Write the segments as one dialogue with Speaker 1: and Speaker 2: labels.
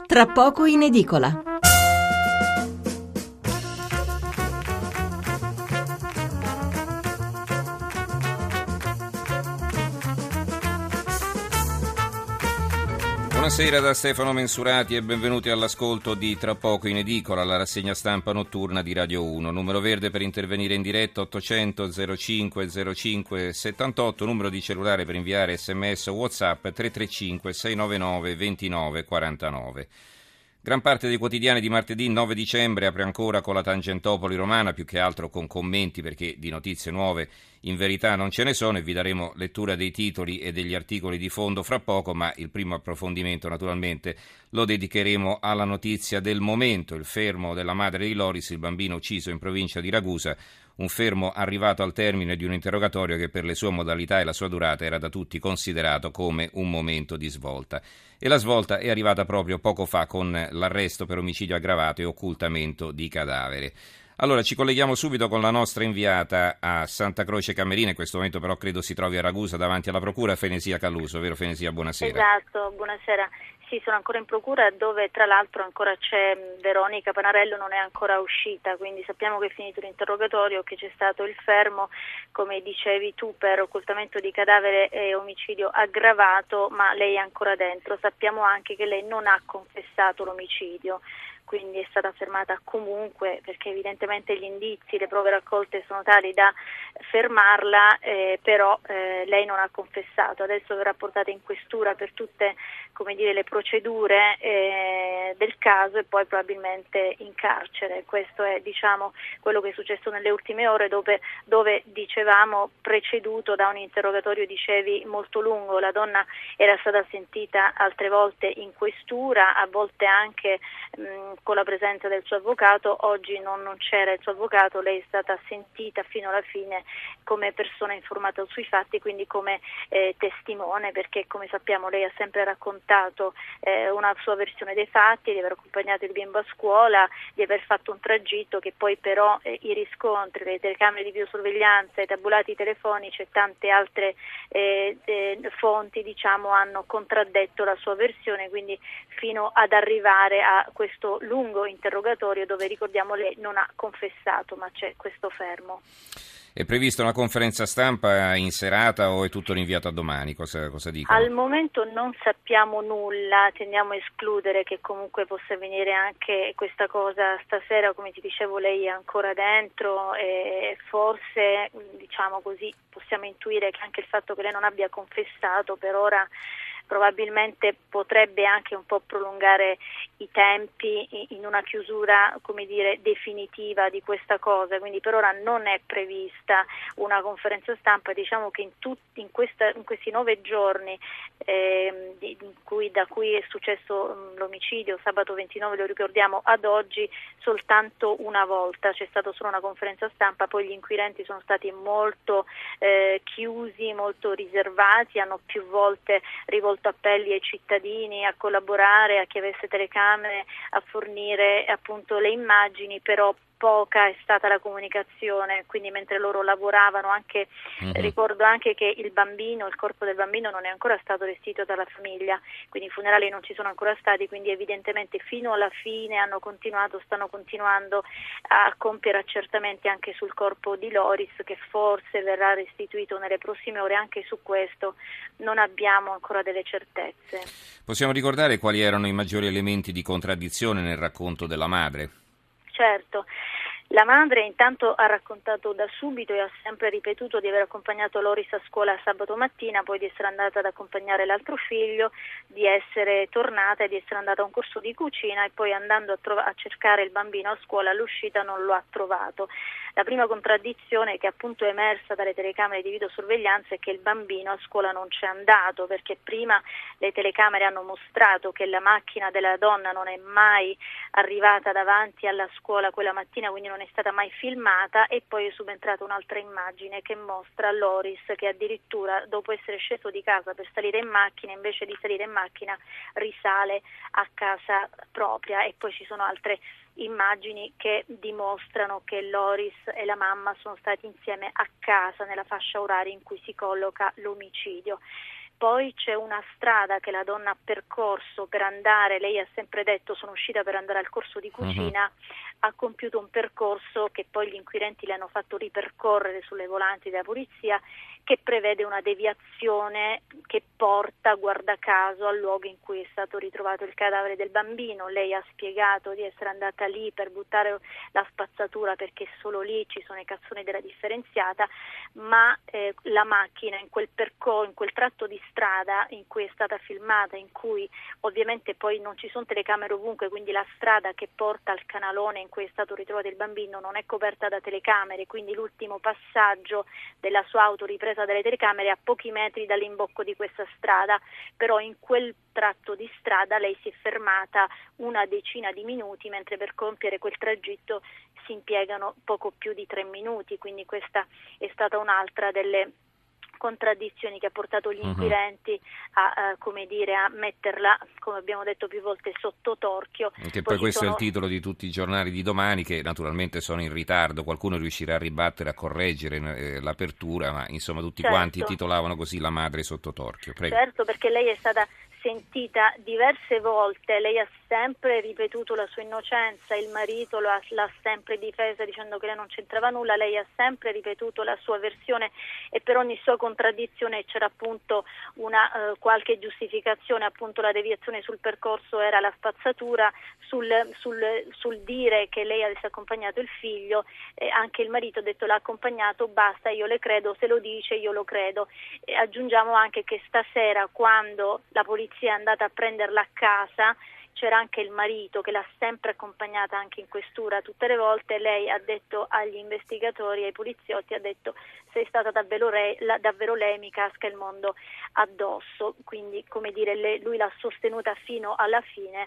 Speaker 1: Tra poco in edicola.
Speaker 2: Buonasera da Stefano Mensurati e benvenuti all'ascolto di Tra poco in edicola, la rassegna stampa notturna di Radio 1. Numero verde per intervenire in diretta 800 05 05 78, numero di cellulare per inviare sms o WhatsApp 335 699 29 49. Gran parte dei quotidiani di martedì 9 dicembre apre ancora con la Tangentopoli romana, più che altro con commenti perché di notizie nuove in verità non ce ne sono e vi daremo lettura dei titoli e degli articoli di fondo fra poco, ma il primo approfondimento naturalmente lo dedicheremo alla notizia del momento, il fermo della madre di Loris, il bambino ucciso in provincia di Ragusa, un fermo arrivato al termine di un interrogatorio che per le sue modalità e la sua durata era da tutti considerato come un momento di svolta. E la svolta è arrivata proprio poco fa con l'arresto per omicidio aggravato e occultamento di cadavere. Allora ci colleghiamo subito con la nostra inviata a Santa Croce Camerina, in questo momento però credo si trovi a Ragusa davanti alla procura, Fenesia Caluso, vero Fenesia? Buonasera.
Speaker 3: Esatto, buonasera. Sì, sono ancora in procura dove tra l'altro ancora c'è Veronica Panarello, non è ancora uscita, quindi sappiamo che è finito l'interrogatorio, che c'è stato il fermo, come dicevi tu, per occultamento di cadavere e omicidio aggravato, ma lei è ancora dentro. Sappiamo anche che lei non ha confessato l'omicidio, quindi è stata fermata comunque perché evidentemente gli indizi, le prove raccolte sono tali da fermarla, però lei non ha confessato. Adesso verrà portata in questura per tutte, come dire, le procedure del caso e poi probabilmente in carcere. Questo è, diciamo, quello che è successo nelle ultime ore, dove dicevamo preceduto da un interrogatorio, dicevi, molto lungo. La donna era stata sentita altre volte in questura, a volte anche con la presenza del suo avvocato. Oggi non c'era il suo avvocato, lei è stata sentita fino alla fine come persona informata sui fatti, quindi come testimone, perché come sappiamo lei ha sempre raccontato una sua versione dei fatti, di aver accompagnato il bimbo a scuola, di aver fatto un tragitto che poi però i riscontri, le telecamere di videosorveglianza, i tabulati telefonici e tante altre fonti, diciamo, hanno contraddetto la sua versione, quindi fino ad arrivare a questo lungo interrogatorio dove, ricordiamo, lei non ha confessato, ma c'è questo fermo.
Speaker 2: È prevista una conferenza stampa in serata o è tutto rinviato a domani? Cosa dicono?
Speaker 3: Al momento non sappiamo nulla, tendiamo a escludere che comunque possa avvenire anche questa cosa stasera. Come ti dicevo, lei è ancora dentro e forse, diciamo così, possiamo intuire che anche il fatto che lei non abbia confessato per ora probabilmente potrebbe anche un po' prolungare i tempi in una chiusura, come dire, definitiva di questa cosa, quindi per ora non è prevista una conferenza stampa. Diciamo che in questi 9 giorni da cui è successo l'omicidio, sabato 29 lo ricordiamo, ad oggi soltanto una volta c'è stata solo una conferenza stampa, poi gli inquirenti sono stati molto chiusi, molto riservati, hanno più volte rivolto appelli ai cittadini a collaborare, a chi avesse telecamere, a fornire appunto le immagini, però poca è stata la comunicazione, quindi mentre loro lavoravano anche, ricordo anche che il corpo del bambino non è ancora stato restituito dalla famiglia, quindi i funerali non ci sono ancora stati, quindi evidentemente fino alla fine stanno continuando a compiere accertamenti anche sul corpo di Loris, che forse verrà restituito nelle prossime ore. Anche su questo non abbiamo ancora delle certezze.
Speaker 2: Possiamo ricordare quali erano i maggiori elementi di contraddizione nel racconto della madre?
Speaker 3: Certo. La madre intanto ha raccontato da subito e ha sempre ripetuto di aver accompagnato Loris a scuola sabato mattina, poi di essere andata ad accompagnare l'altro figlio, di essere tornata e di essere andata a un corso di cucina e poi andando a cercare il bambino a scuola all'uscita non lo ha trovato. La prima contraddizione che appunto è emersa dalle telecamere di videosorveglianza è che il bambino a scuola non c'è andato, perché prima le telecamere hanno mostrato che la macchina della donna non è mai arrivata davanti alla scuola quella mattina, quindi non è stata mai filmata, e poi è subentrata un'altra immagine che mostra Loris che addirittura dopo essere sceso di casa per salire in macchina, invece di salire in macchina risale a casa propria, e poi ci sono altre immagini che dimostrano che Loris e la mamma sono stati insieme a casa nella fascia oraria in cui si colloca l'omicidio. Poi c'è una strada che la donna ha percorso per andare, lei ha sempre detto sono uscita per andare al corso di cucina, ha compiuto un percorso che poi gli inquirenti le hanno fatto ripercorrere sulle volanti della polizia, che prevede una deviazione che porta, guarda caso, al luogo in cui è stato ritrovato il cadavere del bambino. Lei ha spiegato di essere andata lì per buttare la spazzatura perché solo lì ci sono i cassoni della differenziata, ma la macchina in quel tratto di strada in cui è stata filmata, in cui ovviamente poi non ci sono telecamere ovunque, quindi la strada che porta al canalone in cui è stato ritrovato il bambino non è coperta da telecamere, quindi l'ultimo passaggio della sua auto ripresa dalle telecamere a pochi metri dall'imbocco di questa strada, però in quel tratto di strada lei si è fermata una decina di minuti, mentre per compiere quel tragitto si impiegano poco più di 3 minuti, quindi questa è stata un'altra delle contraddizioni che ha portato gli inquirenti a metterla, come abbiamo detto più volte, sotto torchio.
Speaker 2: Che poi questo è il titolo di tutti i giornali di domani, che naturalmente sono in ritardo, qualcuno riuscirà a ribattere, a correggere l'apertura, ma insomma tutti quanti titolavano così: la madre sotto torchio. Prego.
Speaker 3: Certo, perché lei è stata sentita diverse volte, lei ha sempre ripetuto la sua innocenza, il marito l'ha sempre difesa dicendo che lei non c'entrava nulla, lei ha sempre ripetuto la sua versione e per ogni sua contraddizione c'era appunto una qualche giustificazione, appunto la deviazione sul percorso era la spazzatura, sul dire che lei avesse accompagnato il figlio, anche il marito ha detto l'ha accompagnato, basta, io le credo, se lo dice io lo credo. Aggiungiamo anche che stasera, quando la polizia è andata a prenderla a casa, c'era anche il marito che l'ha sempre accompagnata anche in questura tutte le volte. Lei ha detto agli investigatori, ai poliziotti, ha detto: sei stata davvero lei, mi casca il mondo addosso. Quindi, come dire, lui l'ha sostenuta fino alla fine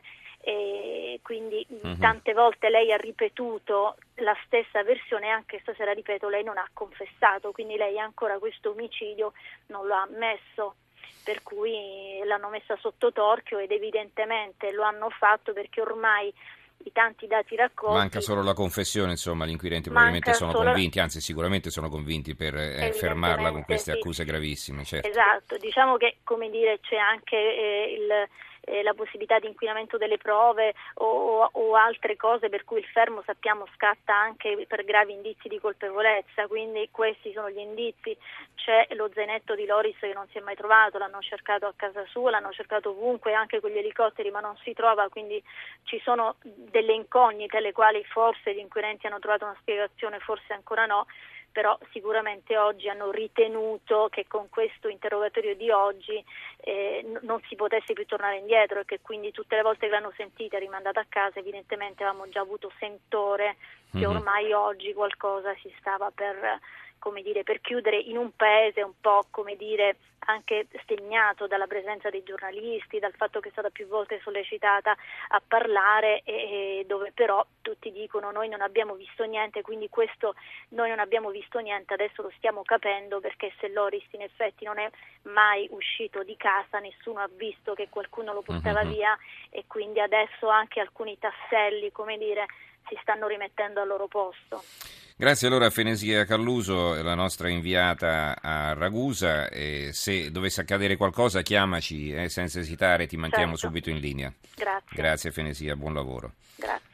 Speaker 3: e quindi tante volte lei ha ripetuto la stessa versione, anche stasera, ripeto, lei non ha confessato, quindi lei ancora questo omicidio non lo ha ammesso. Per cui l'hanno messa sotto torchio ed evidentemente lo hanno fatto perché ormai i tanti dati raccolti...
Speaker 2: Manca solo la confessione, insomma, gli inquirenti probabilmente sono convinti, anzi sicuramente sono convinti per fermarla con queste accuse gravissime. Certo.
Speaker 3: Esatto, diciamo che, come dire, c'è anche la possibilità di inquinamento delle prove o altre cose per cui il fermo, sappiamo, scatta anche per gravi indizi di colpevolezza, quindi questi sono gli indizi. C'è lo zainetto di Loris che non si è mai trovato, l'hanno cercato a casa sua, l'hanno cercato ovunque, anche con gli elicotteri, ma non si trova, quindi ci sono delle incognite alle quali forse gli inquirenti hanno trovato una spiegazione, forse ancora no, però sicuramente oggi hanno ritenuto che con questo interrogatorio di oggi non si potesse più tornare indietro e che quindi tutte le volte che l'hanno sentita rimandata a casa evidentemente avevamo già avuto sentore che ormai oggi qualcosa si stava per chiudere in un paese un po', come dire, anche stegnato dalla presenza dei giornalisti, dal fatto che è stata più volte sollecitata a parlare e dove però tutti dicono noi non abbiamo visto niente, quindi questo noi non abbiamo visto niente adesso lo stiamo capendo, perché se Loris in effetti non è mai uscito di casa, nessuno ha visto che qualcuno lo portava via e quindi adesso anche alcuni tasselli, come dire, si stanno rimettendo al loro posto.
Speaker 2: Grazie allora a Fenesia Carluso, la nostra inviata a Ragusa, e se dovesse accadere qualcosa chiamaci senza esitare, ti mantiamo subito in linea.
Speaker 3: Grazie.
Speaker 2: Grazie Fenesia, buon lavoro.
Speaker 3: Grazie.